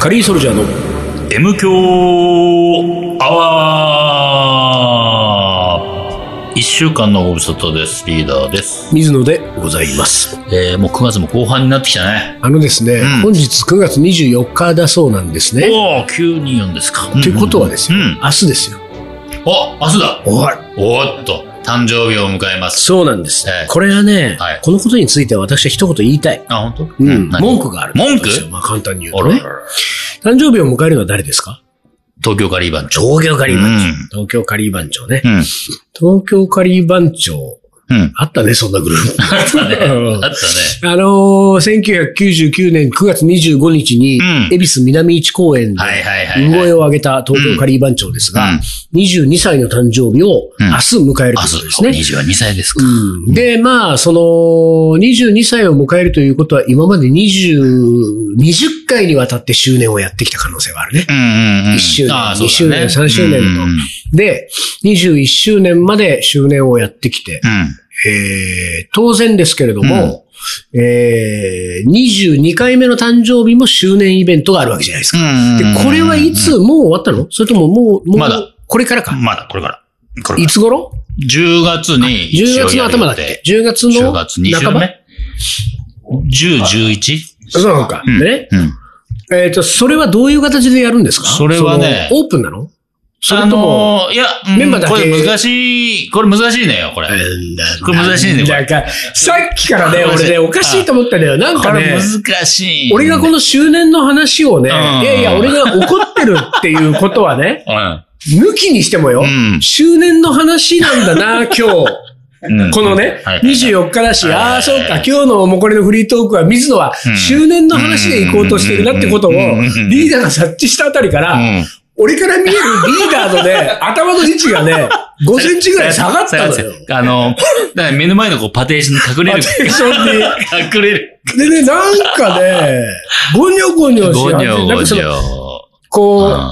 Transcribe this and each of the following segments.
カリーソルジャーの M 強アワー。1週間のご無沙汰です。リーダーです。 水野でございます。 もう9月も後半になってきたね。 ですね、本日9月24日だそうなんですね。 おー、924ですか。 ということはですよ、明日ですよ。 明日だ。 おっと、誕生日を迎えます。 そうなんです。これはね、このことについては私は一言言いたい。 本当？ 文句がある。 文句？ 簡単に言うとね。誕生日を迎えるのは誰ですか？ 東京カリー番長。 東京カリー番長。東京カリー番長ね。東京カリー番長。あったね、そんなグループ。 あったね。 1999年9月25日に、恵比寿南市公園で、産声を上げた東京カリー番長ですが、22歳の誕生日を明日迎えるということですね。 22歳ですか。 で、その、22歳を迎えるということは、今まで20回にわたって周年をやってきた可能性があるね。1周年、2周年、3周年と。で、21周年まで周年をやってきて、当然ですけれども、22回目の誕生日も周年イベントがあるわけじゃないですか。で、これはいつ、もう終わったの？それとももう、 まだ。 これからか。 まだ、これから。 いつ頃？ 10月に。 10月の頭だっけ？ 10月の 10月2週目 ?10、11? そうか。ね。それはどういう形でやるんですか？ それはね。 オープンなの？それとも、 いや、メンバーだけ。これ難しいねよ、これ。これ難しいね、これ。 さっきからね、俺ね、おかしいと思ったんだよ。なんかね。 これ難しい。 俺がこの周年の話をね、いや、俺が怒ってるっていうことはね、抜きにしてもよ、周年の話なんだな、今日。このね、24日だし、そうか、今日のもうこれのフリートークは水野は周年の話で行こうとしてるなってことを、リーダーが察知したあたりから、俺から見えるリーダーのね、頭の位置がね、5センチぐらい下がったのよ。 だから目の前のパテーションに隠れる。 パテーションに。 隠れる。 でね、なんかね、ゴニョゴニョしゴニョゴニョ。 こう、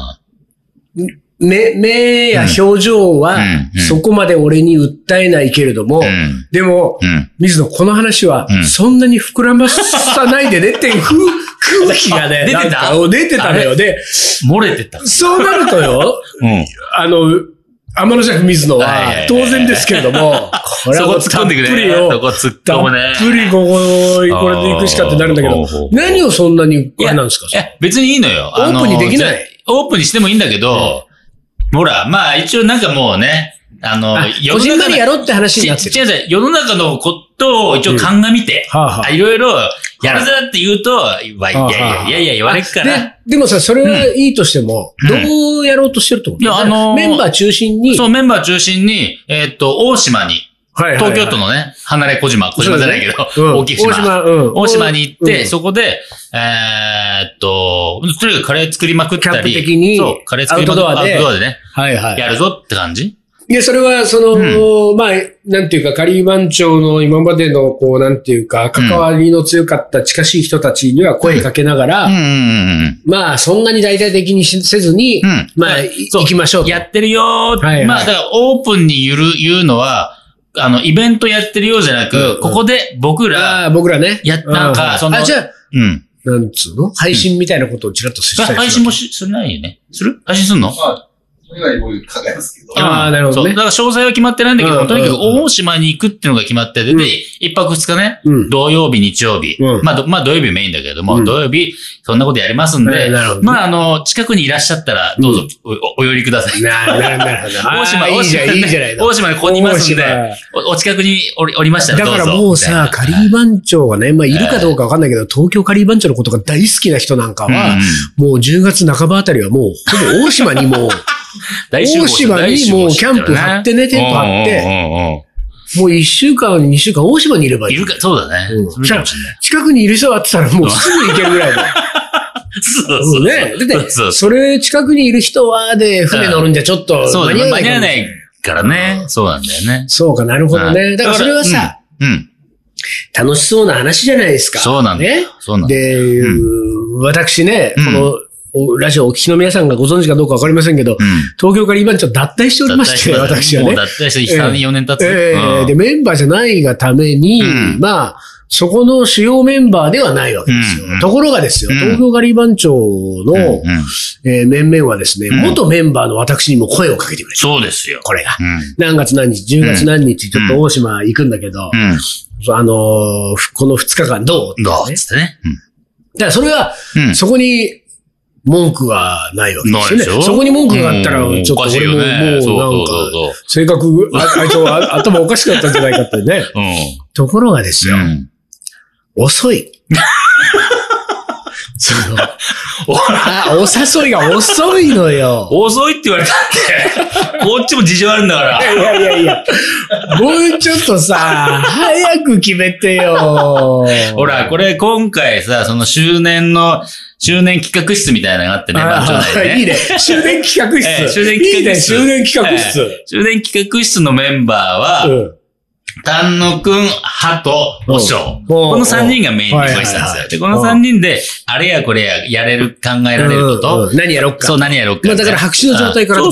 目や表情は、そこまで俺に訴えないけれども、でも、水野、この話は、そんなに膨らまさないでねっていう空気がね、出てたのよ。で、 漏れてた。 そうなるとよ、天の尺水野は、当然ですけれども、 これはたっぷりよ。そこ突っ込むね。 たっぷりこれで行くしかってなるんだけど、何をそんなに、あれなんですか？ 別にいいのよ。 オープンにできない。 オープンにしてもいいんだけど、ほら、一応なんかもうね、 こじんまりやろうって話になってる。 違う、世の中のことを一応鑑みて、いろいろやるぞって言うと、いや、言われっから。 でもさ、それはいいとしても、どうやろうとしてるってこと？メンバー中心に。 そう、メンバー中心に、大島に、東京都のね、離れ小島じゃないけど、大きい島。大島に行って、そこで、とにかくカレー作りまくったり。 キャンプ的に。 そう、カレー作りまくったり。アウトドアでね。やるぞって感じ？ いや、それは、なんていうか、カリー番長の今までの、なんていうか、関わりの強かった近しい人たちには声かけながら、そんなに大々的にせずに、行きましょうと。 やってるよだからオープンに言うのは、イベントやってるようじゃなく、ここで僕らね。なんか、 じゃあ、なんつうの？配信みたいなことをちらっとしたり配信もしないよね。する？配信すんの？ それは僕考えますけど。 なるほどね。 だから詳細は決まってないんだけど、とにかく大島に行くっていうのが決まってて、で、一泊二日ね、土曜日、日曜日。土曜日メインだけども、土曜日、そんなことやりますんで、近くにいらっしゃったら、どうぞ、お寄りください。 なるほど。 大島、 いいじゃないの。 大島にここにいますんで、お近くにおりましたらどうぞ。 だからもうさ、カリー番長がね、いるかどうかわかんないけど、東京カリー番長のことが大好きな人なんかは、もう10月半ばあたりはもう、ほぼ大島にもう、大島にもうキャンプ張ってね、テント張って、もう1週間、2週間大島にいればいい。 そうだね。 近くにいる人はって言ったらもうすぐ行けるぐらいだよ。そうね。だって、それ近くにいる人はで船乗るんじゃちょっと間に合わないからね。そうなんだよね。 そうか、なるほどね。だからそれはさ、楽しそうな話じゃないですか。 そうなんだ。 ね。で、私ね、この、ラジオお聞きの皆さんがご存知かどうかわかりませんけど、東京カリー番長脱退しておりまして、私はね。 もう脱退して3、4年経つ。 で、メンバーじゃないがために、 そこの主要メンバーではないわけですよ。ところがですよ、東京ガリバン町の、面々はですね、元メンバーの私にも声をかけてくれた。 そうですよ。 これが。何月何日、10月何日、ちょっと大島行くんだけど、この2日間どうどうつってね。 だからそれは、そこに文句がないわけですよね。そこに文句があったら、ちょっと俺ももうなんか、性格、あいつは頭おかしかったんじゃないかってね。ところがですよ、遅い。お誘いが遅いのよ。 遅いって言われたって、こっちも事情あるんだから。 いや。もうちょっとさ、早く決めてよ。 ほら、これ今回さ、その周年企画室みたいなのがあってね、番長内でね。 いいね。周年企画室。 周年企画室。 周年企画室。 周年企画室のメンバーは、丹野くん、ハト、おしょう。この3人がメインで来したんですよ。で、この3人で、あれやこれややれる、考えられること。 何やろっか。 そう、何やろっか。 だから白紙の状態から。 そう。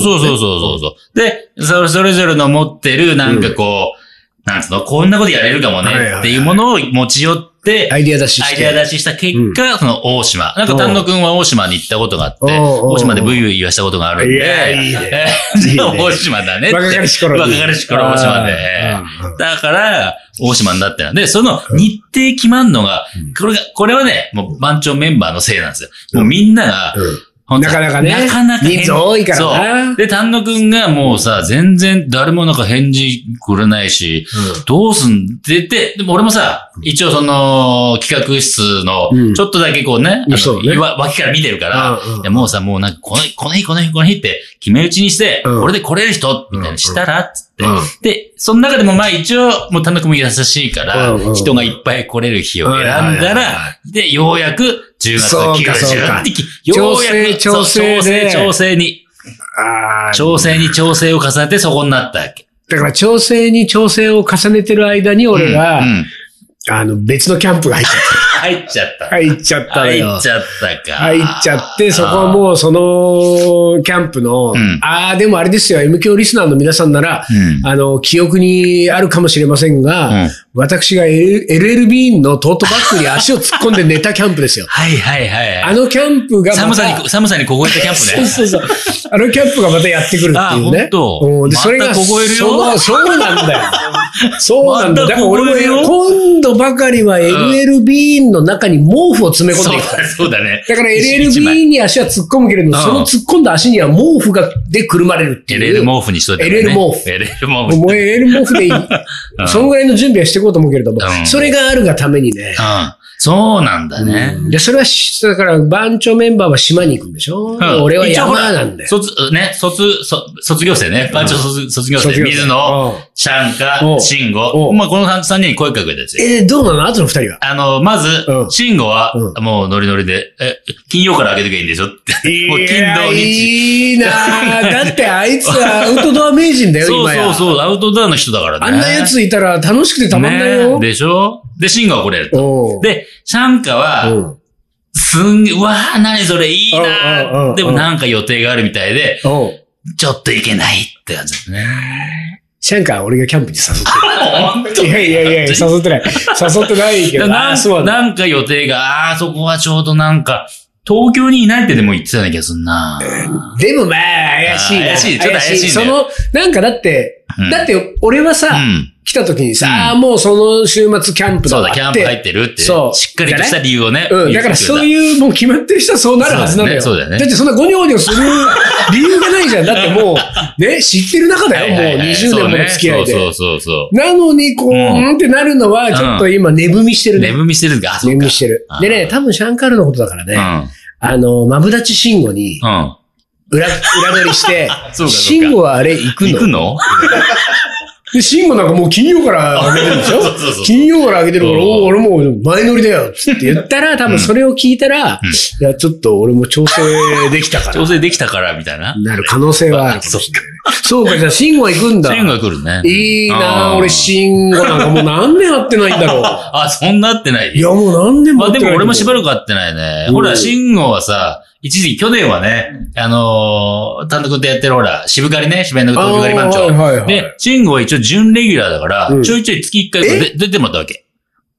で、それぞれの持ってる、なんかこう、なんつうの、こんなことやれるかもね、っていうものを持ち寄って、 アイデア出しした結果、その大島。なんか丹野くんは大島に行ったことがあって、大島でブイブイ言わしたことがあるんで、 いいね。 大島だね。 若かりし頃大島で。だから、大島になってる。で、その日程決まんのが、これはね、もう番長メンバーのせいなんですよ。もうみんなが、 なかなかね。 なかなか人数多いからな。そう。で、丹野くんがもうさ、全然誰もなんか返事くれないし、どうすんでて、でも俺もさ、一応その企画室の、ちょっとだけこうね、脇から見てるから、もうさ、もうなんかこの日って決め打ちにして、これで来れる人みたいなしたらつって。で、その中でもまあ一応、もう丹野くんも優しいから、人がいっぱい来れる日を選んだら、で、ようやく、10月の90日、ようやく調整に調整を重ねてそこになったわけ。 だから調整に調整を重ねてる間に俺が、別のキャンプが入っちゃった。入っちゃったって、そこはもうそのキャンプの、でもあれですよ、M 響リスナーの皆さんなら、記憶にあるかもしれませんが、私が LL ビーンのトートバッグに足を突っ込んで寝たキャンプですよ。 あのキャンプが寒さに凍えたキャンプね。 そう。あのキャンプがまたやってくるっていうね。 で、 それが、 凍えるよ。 そうなんだよ。そうなんだよ。だから俺も今度ばかりは LL ビーンの中に毛布を詰め込んでいくから。 そうだね。 だから LL ビーンに足は突っ込むけれども、その突っ込んだ足には毛布でくるまれるっていう。 LL 毛布にしといたね。 LL毛布。もう LL 毛布でいい。そのぐらいの準備はしていこうと思うけれども、それがあるがためにね。 そうなんだね。 で、それは、だから、番長メンバーは島に行くんでしょ俺は山なんだよ。 卒業生ね。番長卒業生。水野、シャンカ、シンゴ。まあ、この3人に声かけたですよ。 どうなの後の2人は。まず、シンゴは、もうノリノリで、金曜から開けてけばいいんでしょって。もう金土日。 いいなだってあいつはアウトドア名人だよ、今や。 そう、アウトドアの人だからね。 あんな奴いたら楽しくてたまんないよ。 でしょで、シンゴはこれやると。で、シャンカは、うわー、何それ、いいなー。でもなんか予定があるみたいで、ちょっといけないって感じですね。 シャンカは俺がキャンプに誘ってる。いや、誘ってない。誘ってないけど。 なんか予定が、そこはちょうどなんか、東京にいないってでも言ってたような気がするな。 でもまあ、怪しい。 ちょっと怪しい。 なんかだって俺はさ、来た時にさ、もうその週末キャンプだって。 そうだ、キャンプ入ってるって。そう。しっかりとした理由をね。 だからそういうもう決まってる人はそうなるはずなのよ。 そうだよね。 だってそんなゴニョゴニョする理由がないじゃん。だってもう、ね、知ってる中だよ。もう20年もの付き合いで。 そう。 なのに、こう、ってなるのは、ちょっと今、寝踏みしてるね。 寝踏みしてるんか。 寝踏みしてる。でね、多分シャンカールのことだからね。マブダチシンゴに、裏取りして、シンゴはあれ行くので、シンゴなんかもう金曜から上げてるんでしょ金曜から上げてるから、俺もう前乗りだよって言ったら、多分それを聞いたら、いや、ちょっと俺も調整できたから。 調整できたから、みたいな。 なる可能性はある。そうか、じゃあシンゴは行くんだ。 シンゴは来るね。 いいなぁ、俺シンゴなんかもう何年会ってないんだろう。 そんな会ってない。 いや、もう何年も会ってない。 でも俺もしばらく会ってないね。ほら、シンゴはさ、一時期去年はね、単独でやってるほら、渋刈りね、渋谷の東京狩り番長。で、シンゴは一応準レギュラーだから、ちょいちょい月1回出てもらったわけ。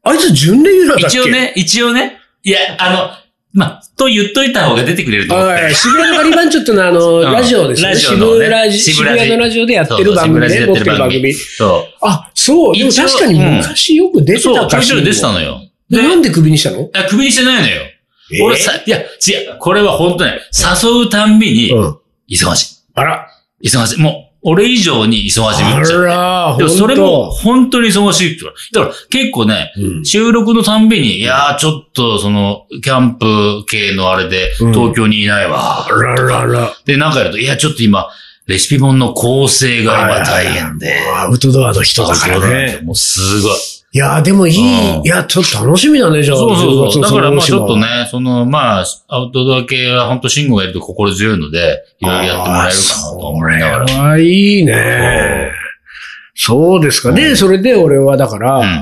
あいつ準レギュラーだっけ？ 一応ね。いや、と言っといた方が出てくれると思って。 渋谷のカリバンチョってのはラジオですね。渋谷のラジオでやってる番組ね。持ってる番組。そう。そう。でも確かに昔よく出てたかしら。 そう、出てたのよ。 なんでクビにしたの？ クビにしてないのよ。俺いや、違う。これは本当ね、誘うたんびに、忙しい。 あら。 忙しい。もう、俺以上に忙しい。 あら、 でもそれも本当に忙しいって言うから。だから結構ね、収録のたんびに、いやーちょっとキャンプ系のあれで東京にいないわ。で、なんかやると、いやちょっと今、レシピ本の構成が今大変で。 アウトドアの人だからね。 もうすごい。 いやーでもいや、ちょっと楽しみだね、じゃあ。 そう。だからちょっとね、アウトドア系は本当慎吾がやると心強いので、いろいろやってもらえるかなと思いながら。 いいね。そうですかね。それで俺はだから、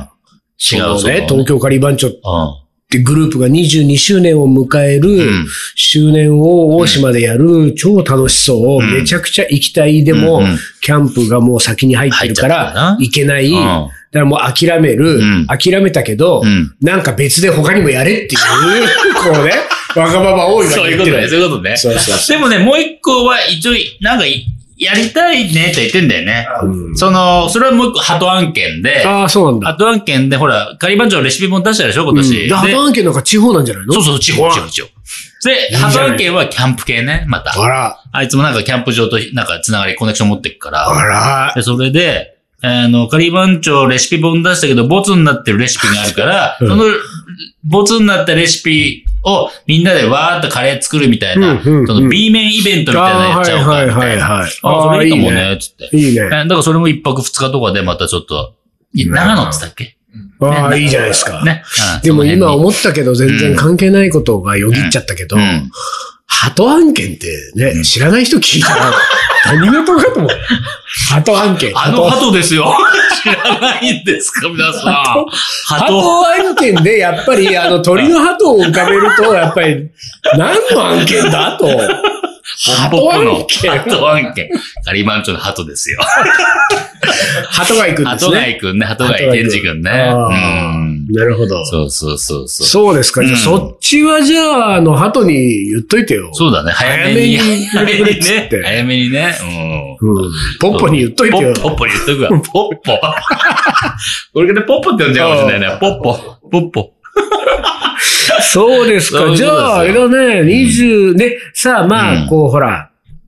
東京カリバンチョってグループが22周年を迎える周年を大島でやる超楽しそう。めちゃくちゃ行きたい。でも、キャンプがもう先に入ってるから行けない。だからもう諦めたけど、なんか別で他にもやれっていう、こうね、わがまま多いわけ。 そういうことね。でもね、もう一個は一応、なんか、やりたいねって言ってんだよね。それはもう一個、鳩案件で。 そうなんだ。 鳩案件で、ほら、カリバンチョのレシピ本出したでしょ、今年。 鳩案件なんか地方なんじゃないの？ そう、地方。で、鳩案件はキャンプ系ね、また。あいつもなんかキャンプ場となんかつながり、コネクション持ってくから。で、それで、カリバンチョレシピ本出したけど、ボツになってるレシピがあるから、その、ボツになったレシピをみんなでわーっとカレー作るみたいな、その B 面イベントみたいなのやっちゃおうかみたいな。それいいかもね、つって。 いいね。 だからそれも一泊二日とかでまたちょっと、長野って言ったっけ？ いいじゃないですか。 ね。 でも今思ったけど全然関係ないことがよぎっちゃったけど、鳩案件ってね、知らない人聞いたら、何事かと思う。鳩案件。 鳩ですよ。知らないんですか、皆さん。 鳩案件で、やっぱり、鳥の鳩を浮かべると、やっぱり、何の案件だと。鳩案件。カリバンチョの鳩ですよ。 鳩貝くんですね。 鳩貝くんね、鳩貝健二くんね。 なるほど。 そう。 そうですか。じゃあ、そっちはじゃあ、鳩に言っといてよ。 そうだね。早めにね。早めにね。 ポッポに言っといてよ。 ポッポに言っとくわ。ポッポ。俺がね、ポッポって呼んじゃうかもしれないね。ポッポ。 そうですか。じゃあ、あれだね、20、で、さあ、こう、ほら、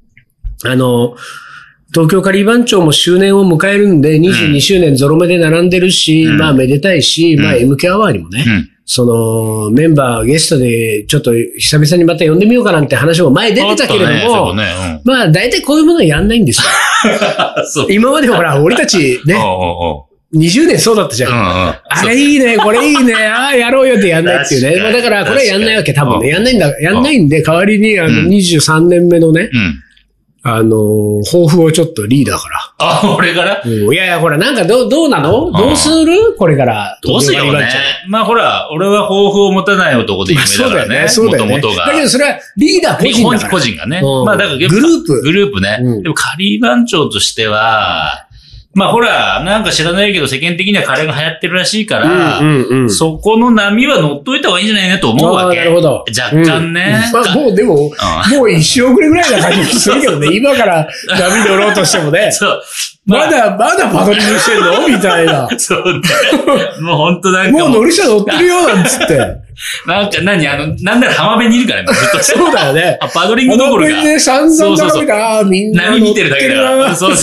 東京カリバンチョも周年を迎えるんで、22周年ゾロ目で並んでるし、めでたいし、MK アワーにもね、メンバーゲストで、ちょっと久々にまた呼んでみようかなんて話も前出てたけれども、大体こういうものはやんないんですよ。今までほら、俺たちね、20年そうだったじゃん。あれいいね、これいいね、やろうよってやんないっていうね。だからこれはやんないわけ、多分ね。やんないんで、代わりに23年目のね、抱負をちょっとリーダーから。 俺から？ いや、ほら、なんかどうなの？どうする？これから。 どうするよね。ほら、俺は抱負を持たない男で有名だからね。 そうだよね。だけどそれはリーダー個人だから。 個人がね。だからグループね。でもカリバンチョとしては、ほら、なんか知らないけど世間的にはカレーが流行ってるらしいから、そこの波は乗っといた方がいいんじゃないねと思うわけ。 なるほど。 若干ね。 もう一生遅れぐらいな感じがするけどね。今から波乗ろうとしてもね。そう。まだパドリングしてんのみたいな。 そうね。もうほんとなんか。 もう乗り車乗ってるよなんつって。 なんかなんなら浜辺にいるからね、ずっと。 そうだよね。 パドリングどころか。 浜辺で散々眺めた、みんな。 波見てるだけだから。そう。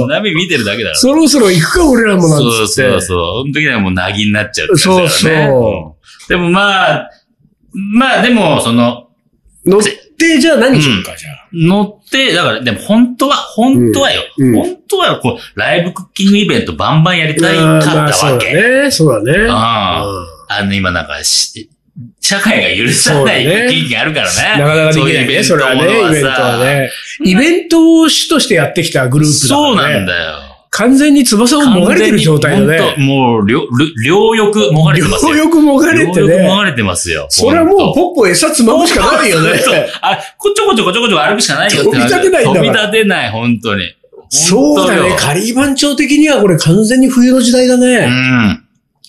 波見てるだけだから。 そろそろ行くか、俺らもなんつって。 そう。その時にはもうなぎになっちゃう。 そう。 でもでも、 乗って、じゃあ何しようか、じゃあ。 乗って、だから、でも本当はよ。本当はこう、ライブクッキングイベントバンバンやりたいかったわけ。 そうだね。 今なんか、社会が許さない雰囲気があるからね。 なかなかできないね。それはね、イベントはね。イベントを主としてやってきたグループだからね。そうなんだよ。完全に翼をもがれてる状態だね。 もう、両翼もがれてますよ。 両翼もがれてね。 両翼もがれてますよ。 それはもうポッポ餌つまむしかないよね。 ちょこちょこ歩くしかないよって。 飛び立てないんだから。 飛び立てない、本当に。 そうだね。カリー番長的にはこれ完全に冬の時代だね。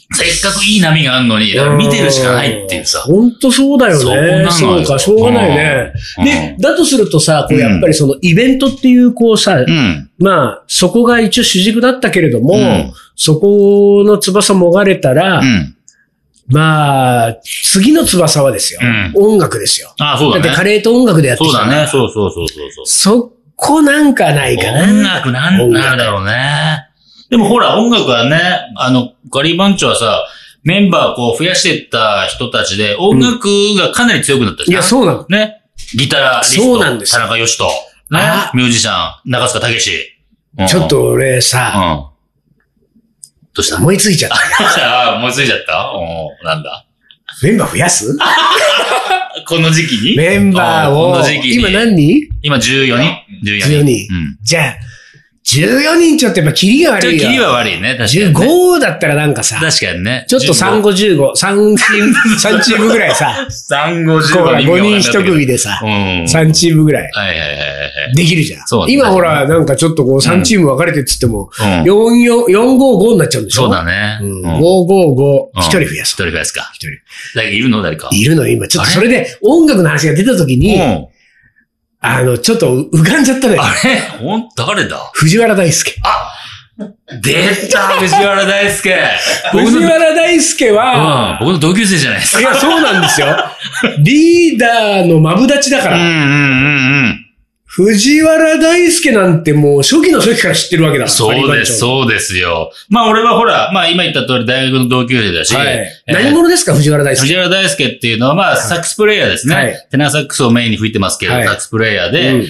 せっかくいい波があるのに、だから見てるしかないっていうさ。 ほんとそうだよね。そうか、しょうがないね。で、だとするとさ、こうやっぱりそのイベントっていうこうさ、まあ、そこが一応主軸だったけれども、そこの翼もがれたら、まあ、次の翼はですよ。音楽ですよ。 ああ、そうだね。 だってカレーと音楽でやってきた。 そうだね。そう。 そこなんかないかな。 音楽なんだろうね。でもほら、音楽はね、カリー番長はさ、メンバーこう増やしていった人たちで、音楽がかなり強くなったじゃん。 いや、そうなの。 ね。ギタラリスト、そうなんです。田中義人。ね。ミュージシャン、中塚武史。 ちょっと俺さ、 どうした思いついちゃった。 思いついちゃったなんだメンバー増やすこの時期にメンバーを。 この時期に。 今何人今14人。 14人。じゃあ、14人ちょっとやっぱキリが悪いよ。 キリは悪いね。確かに、ね。 15だったらなんかさ。 確かにね。 ちょっと3、5、15。3チームぐらいさ。 3、5、15。 5人1組でさ。3チームぐらい。できるじゃん。そう。今ほら、なんかちょっとこう3チーム分かれてっつっても、4、5、5になっちゃうんでしょ。 そうだね。 5、5、5。1人増やす。 1人増やすか。1人。誰かいるの誰か。 いるの今。ちょっとそれで音楽の話が出た時に、ちょっと浮かんじゃったのよ。 あれ誰だ藤原大輔。 出た藤原大輔。 藤原大輔は、 僕の同級生じゃないですか。 いや、そうなんですよ。リーダーのマブダチだから。藤原大輔なんてもう初期の初期から知ってるわけだ。 そうですよ。まあ俺はほら、まあ今言った通り大学の同級生だし。 何者ですか、藤原大輔。 藤原大輔っていうのはまあサックスプレイヤーですね。テナーサックスをメインに吹いてますけど、サックスプレイヤーで、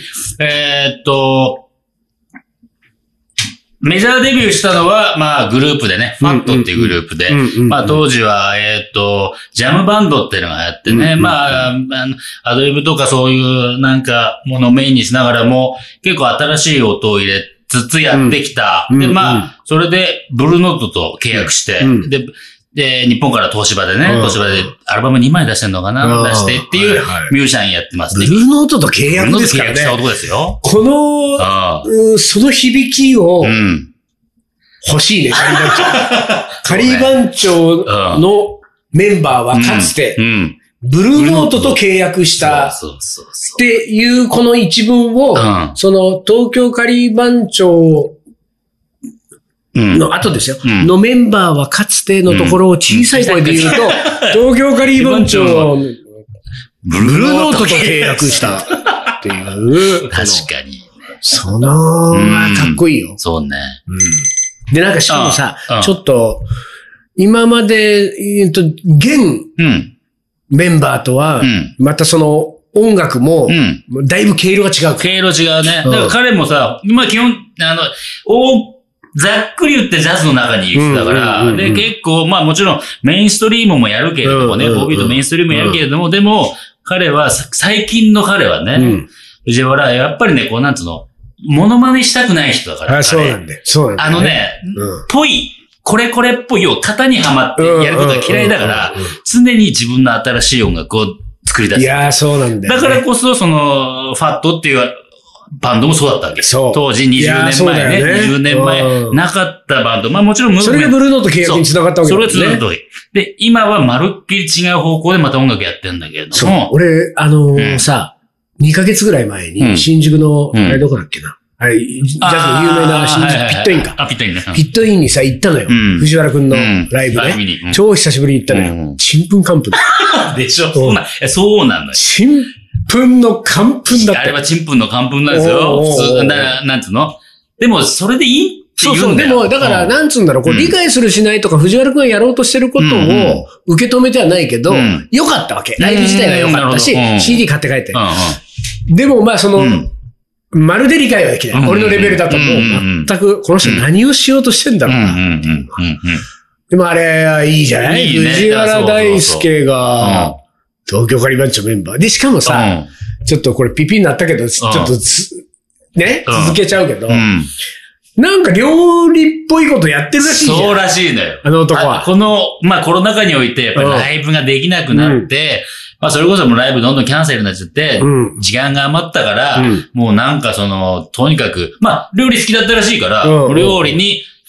メジャーデビューしたのは、まあグループでね、ファットっていうグループで、まあ当時は、ジャムバンドっていうのがやってね、まあ、アドリブとかそういうなんかものをメインにしながらも、結構新しい音を入れつつやってきた。で、まあ、それでブルーノートと契約して、で、日本から東芝でアルバム2枚出してんのかな出してっていうミュージシャンやってますね。 ブルーノートと契約ですからね。 ブルーノートと契約した男ですよ。 この、その響きを、欲しいね、カリー番長のメンバーはかつて、ブルーノートと契約したっていうこの一文を、その東京カリー番長の後ですよ、のメンバーはかつてのところを小さい声で言うと、東京カリー番長をブルーノートと契約したっていう。 確かに。 その、かっこいいよ。 そうね。 で、なんかしかもさ、ちょっと、今まで、現メンバーとは、またその音楽も、だいぶ毛色が違う。 毛色違うね。だから彼もさ、まあ基本、ざっくり言ってジャズの中に言ってたから、で、結構、まあもちろんメインストリームもやるけれどもね、ボビーとメインストリームもやるけれども、でも、最近の彼はね、藤原、やっぱりね、こうなんつうの、モノマネしたくない人だから。 そうなんだよ。 ぽい、これっぽいを型にはまってやることが嫌いだから、常に自分の新しい音楽を作り出す。 いやそうなんだよ。 だからこそ、ファットっていうバンドもそうだったわけ。当時20年前ね。20年前なかったバンド。まあもちろんそれがブルーノート契約に繋がったわけだね。 それが繋がったわけ。で、今はまるっきり違う方向でまた音楽やってんだけれども。 俺、さ、2ヶ月ぐらい前に、新宿の、あれどこだっけな。あれ、ジャズの有名な新宿ピットインか。 ピットインね。 ピットインにさ、行ったのよ。藤原くんのライブね。超久しぶりに行ったのよ。ちんぷんかんぷん。 でしょそうなんだよ。 ちんぷんのかんぷんだった。 あれはちんぷんのかんぷんなんですよ。普通、なんつうのでも、それでいいって言うんだよ。 でも、だから、なんつうんだろう、こう、理解するしないとか、藤原くんがやろうとしてることを受け止めてはないけど、良かったわけ。ライブ自体が良かったし、CD 買って帰って。でも、まあ、まるで理解はできない。俺のレベルだともう、全く、この人何をしようとしてんだろうな。でも、あれはいいじゃない？藤原大輔が、東京カリー番長メンバー。で、しかもさ、ちょっとこれピピになったけど、ちょっとね、続けちゃうけど、なんか料理っぽいことやってるらしいじゃん。 そうらしいのよ。 あの男は。 まあコロナ禍において、やっぱりライブができなくなって、まあそれこそもうライブどんどんキャンセルになっちゃって、時間が余ったから、もうなんかとにかく、まあ料理好きだったらしいから、料理に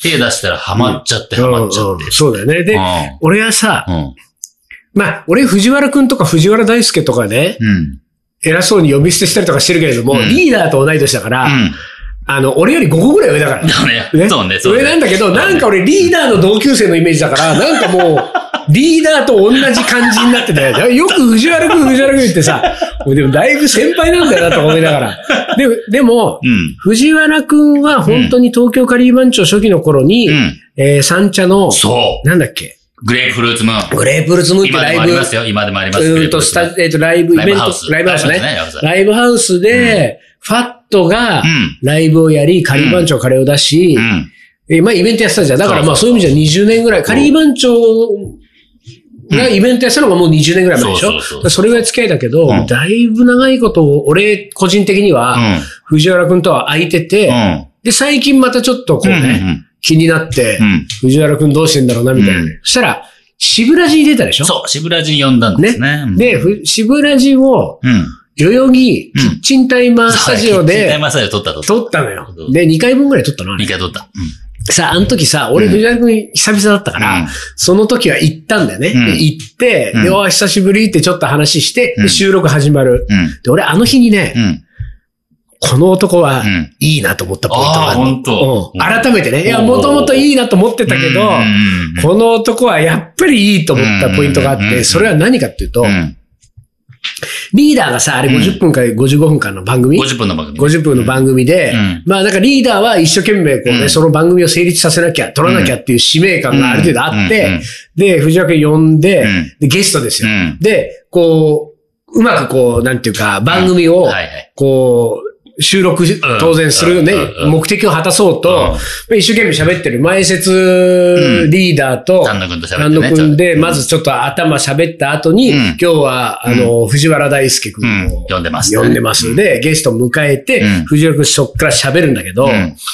手出したらハマっちゃって。 そうだよね。で、俺はさ、まあ、俺藤原くんとか藤原大輔とかね、偉そうに呼び捨てしたりとかしてるけれども、リーダーと同い年だから、俺より5個ぐらい上だから。 そうね。 上なんだけど、なんか俺リーダーの同級生のイメージだから、なんかもう、リーダーと同じ感じになってたよ。よく藤原くん言ってさ、でもだいぶ先輩なんだよなと思いながら。でも、藤原くんは本当に東京カリー番長初期の頃に、三茶の、なんだっけ。 グレープフルーツムーン。 グレープフルーツムーンってライブ。 今でもありますよ。今でもあります。 ライブイベント。ライブハウスね。ライブハウスで、ファットがライブをやり、カリー番長カレーを出し、まあイベントやってたじゃん。だからまあそういう意味じゃ20年ぐらい、カリー番長がイベントやってたのがもう20年ぐらい前でしょ。それぐらい付き合いだけど、だいぶ長いことを、俺個人的には、藤原くんとは空いてて、で、最近またちょっとこうね、気になって、藤原くんどうしてんだろうな、みたいな。そしたら、渋ラジに出たでしょ？ そう、渋ラジに呼んだんですね。 で、渋ラジを、代々木、キッチンタイマースタジオで、キッチンタイマースタジオ撮ったのよ。で、2回分ぐらい撮ったの？ 2 回撮った。 さあ、あの時さ、俺藤原くん久々だったから、その時は行ったんだよね。行って、で、久しぶりってちょっと話して、収録始まる。で、俺あの日にね、この男はいいなと思ったポイントがある。 本当。 改めてね。いや、もともといいなと思ってたけど、この男はやっぱりいいと思ったポイントがあって、それは何かっていうと、リーダーがさ、あれ50分か55分間の番組 ?50 分の番組。 50分の番組で、まあなんかリーダーは一生懸命こうね、その番組を成立させなきゃ、撮らなきゃっていう使命感がある程度あって、で、藤原くん呼んで、で、ゲストですよ。で、こう、うまくこう、なんていうか、番組を、こう、収録、当然するね、目的を果たそうと、一生懸命喋ってる前説リーダーと、 丹野くんと喋ってね。丹野くんで、まずちょっと頭喋った後に、今日は、藤原大輔くんを呼んでます。 で、ゲストを迎えて、藤原くんそっから喋るんだけど、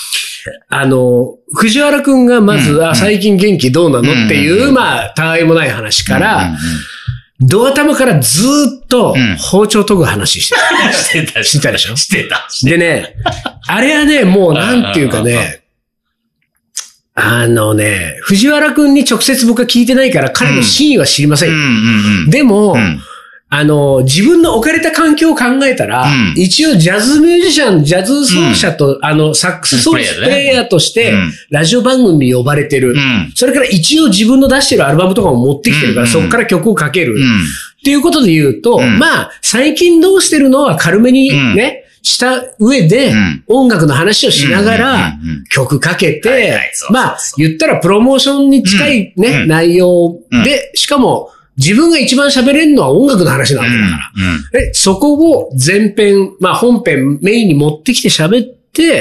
藤原くんがまず、最近元気どうなのっていう、まあ、たわいもない話から、ドア玉からずーっと包丁研ぐ話してた。してたでしょ？ してた。 でね、あれはね、もうなんていうかね、藤原くんに直接僕は聞いてないから彼の真意は知りません。でも、自分の置かれた環境を考えたら、一応ジャズミュージシャン、ジャズ奏者と、サックス奏者プレイヤーとして、ラジオ番組に呼ばれてる。それから一応自分の出してるアルバムとかも持ってきてるから、そこから曲をかける。っていうことで言うと、まあ、最近どうしてるのは軽めにね、した上で、音楽の話をしながら、曲かけて、まあ、言ったらプロモーションに近いね、内容で、しかも、自分が一番喋れるのは音楽の話なわけだから。そこを前編、まあ本編メインに持ってきて喋って、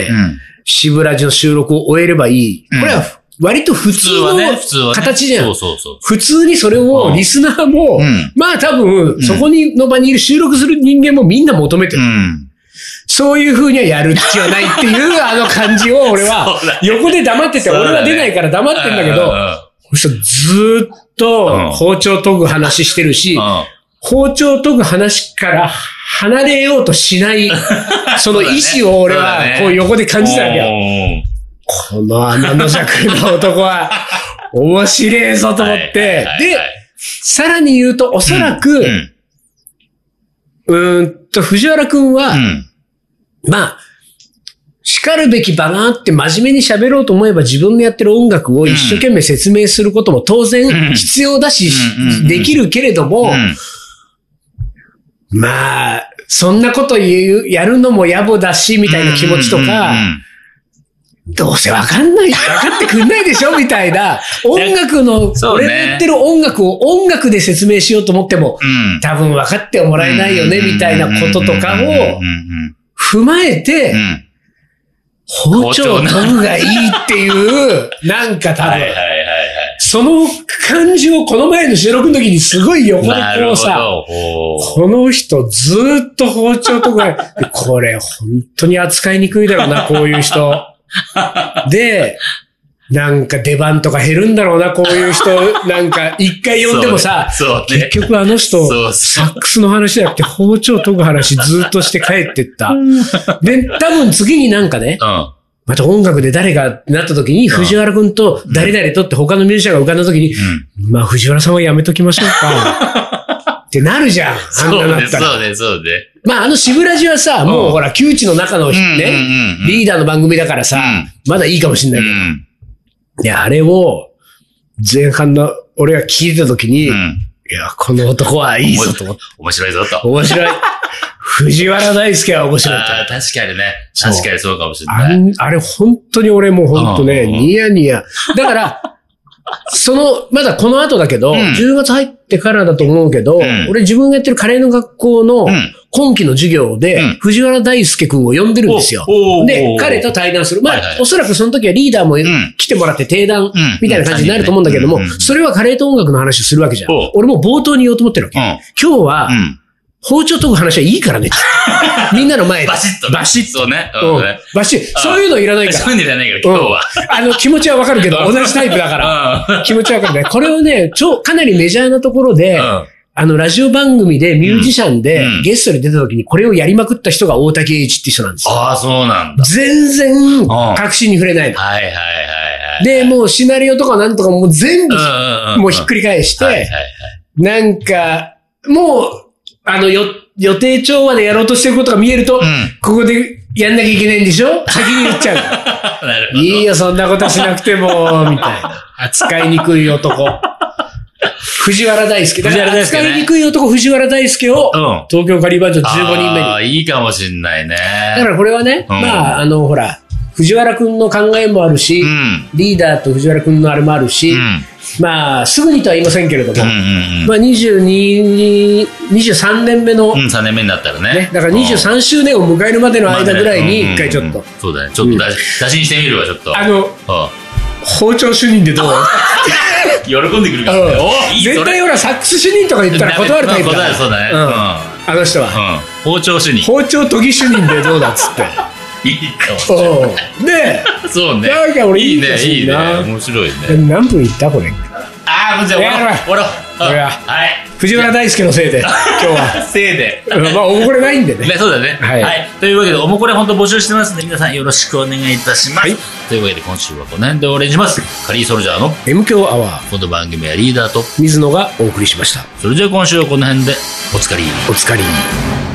渋ラジの収録を終えればいい。これは割と普通の形じゃん。普通にそれをリスナーも、まあ多分そこの場にいる収録する人間もみんな求めてる。そういう風にはやる気はないっていう感じを俺は横で黙ってて、俺は出ないから黙ってんだけど、ずーっと包丁研ぐ話してるし、包丁研ぐ話から離れようとしない、その意志を俺はこう横で感じたわけよ。この天の弱な男は面白いぞと思って、で、さらに言うとおそらく、藤原くんは、まあ、叱るべき場があって真面目に喋ろうと思えば自分のやってる音楽を一生懸命説明することも当然必要だし、できるけれども、まあ、そんなことやるのも野暮だし、みたいな気持ちとか、どうせわかってくんないでしょみたいな、音楽の、俺のやってる音楽を音楽で説明しようと思っても、多分分かってもらえないよね、みたいなこととかを踏まえて、包丁を研ぐがいいっていう、なんか多分、その感じをこの前の収録の時にすごい横でこうさ、この人ずーっと包丁研ぐがいい。これ本当に扱いにくいだろうな、こういう人。で、なんか出番とか減るんだろうな、こういう人。なんか一回呼んでもさ、結局あの人、サックスの話じゃなくて包丁研ぐ話ずっとして帰ってった。で、多分次になんかね、 また音楽で誰がなった時に、藤原くんと誰々とって他のミュージシャンが浮かんだ時に、まあ藤原さんはやめときましょうか。ってなるじゃん。あんななったら。 そうね。 まあ渋ラジはさ、もうほら、窮地の中のね、リーダーの番組だからさ、まだいいかもしんないけど。いや、あれを、前半の俺が聞いた時に、いや、この男はいいぞと思って。 面白いぞと。 面白い。藤原大輔は面白い。 確かにね。確かにそうかもしれない。 あれ本当に俺もう本当ね、ニヤニヤ。だから、まだこの後だけど、10月入ってからだと思うけど、俺自分がやってるカレーの学校の今期の授業で、藤原大輔くんを呼んでるんですよ。で、彼と対談する。まあ、おそらくその時はリーダーも来てもらって定談みたいな感じになると思うんだけども、それはカレーと音楽の話をするわけじゃん。俺も冒頭に言おうと思ってるわけ。今日は、包丁研ぐ話はいいからね。みんなの前で。 バシッと。 バシッとね。 バシッ。そういうのいらないから。 そういうのいらないから、今日は。 気持ちはわかるけど、同じタイプだから。気持ちはわかるね。これをね、かなりメジャーなところで、ラジオ番組でミュージシャンでゲストに出た時にこれをやりまくった人が大竹栄一って人なんですよ。 ああ、そうなんだ。 全然、確信に触れないの。 はい。 で、もうシナリオとかなんとかもう全部、もうひっくり返して、なんか、もう、予定調和でやろうとしてることが見えると、ここでやんなきゃいけないんでしょ？先に言っちゃう。 なるほど。 いいよ、そんなことしなくても、みたいな。扱いにくい男。藤原大輔。扱いにくい男、藤原大輔を、東京カリーバンジョン15人目に。 ああ、いいかもしんないね。 だからこれはね、まあ、ほら、藤原くんの考えもあるし、リーダーと藤原くんのあれもあるし、まあ、すぐにとは言いませんけれども、まあ、23年目の、 3年目になったらね。 だから23周年を迎えるまでの間ぐらいに、一回ちょっと。 そうだね。ちょっと打診してみるわ、ちょっと。 包丁主任でどう喜んでくるからね。 絶対ほら、サックス主任とか言ったら断るタイプだ。 そうだね。 あの人は。 包丁主任。 包丁研ぎ主任でどうだっつって。 いいかもしれない。 ねえ。 そうね。 なんか俺いいね。 いいね。面白いね。 何分いったこれ。 ああ、もうじゃあ終わろう。 はい。藤原大輔のせいで、今日は。 せいで。 まあ、おもこれないんでね。 そうだね。はい。というわけで、おもこれ本当募集してますので、皆さんよろしくお願いいたします。というわけで、今週はこの辺で終わりにします。カリーソルジャーの M 強アワー。 この番組はリーダーと水野がお送りしました。 それじゃあ今週はこの辺で、おつかり。 おつかり。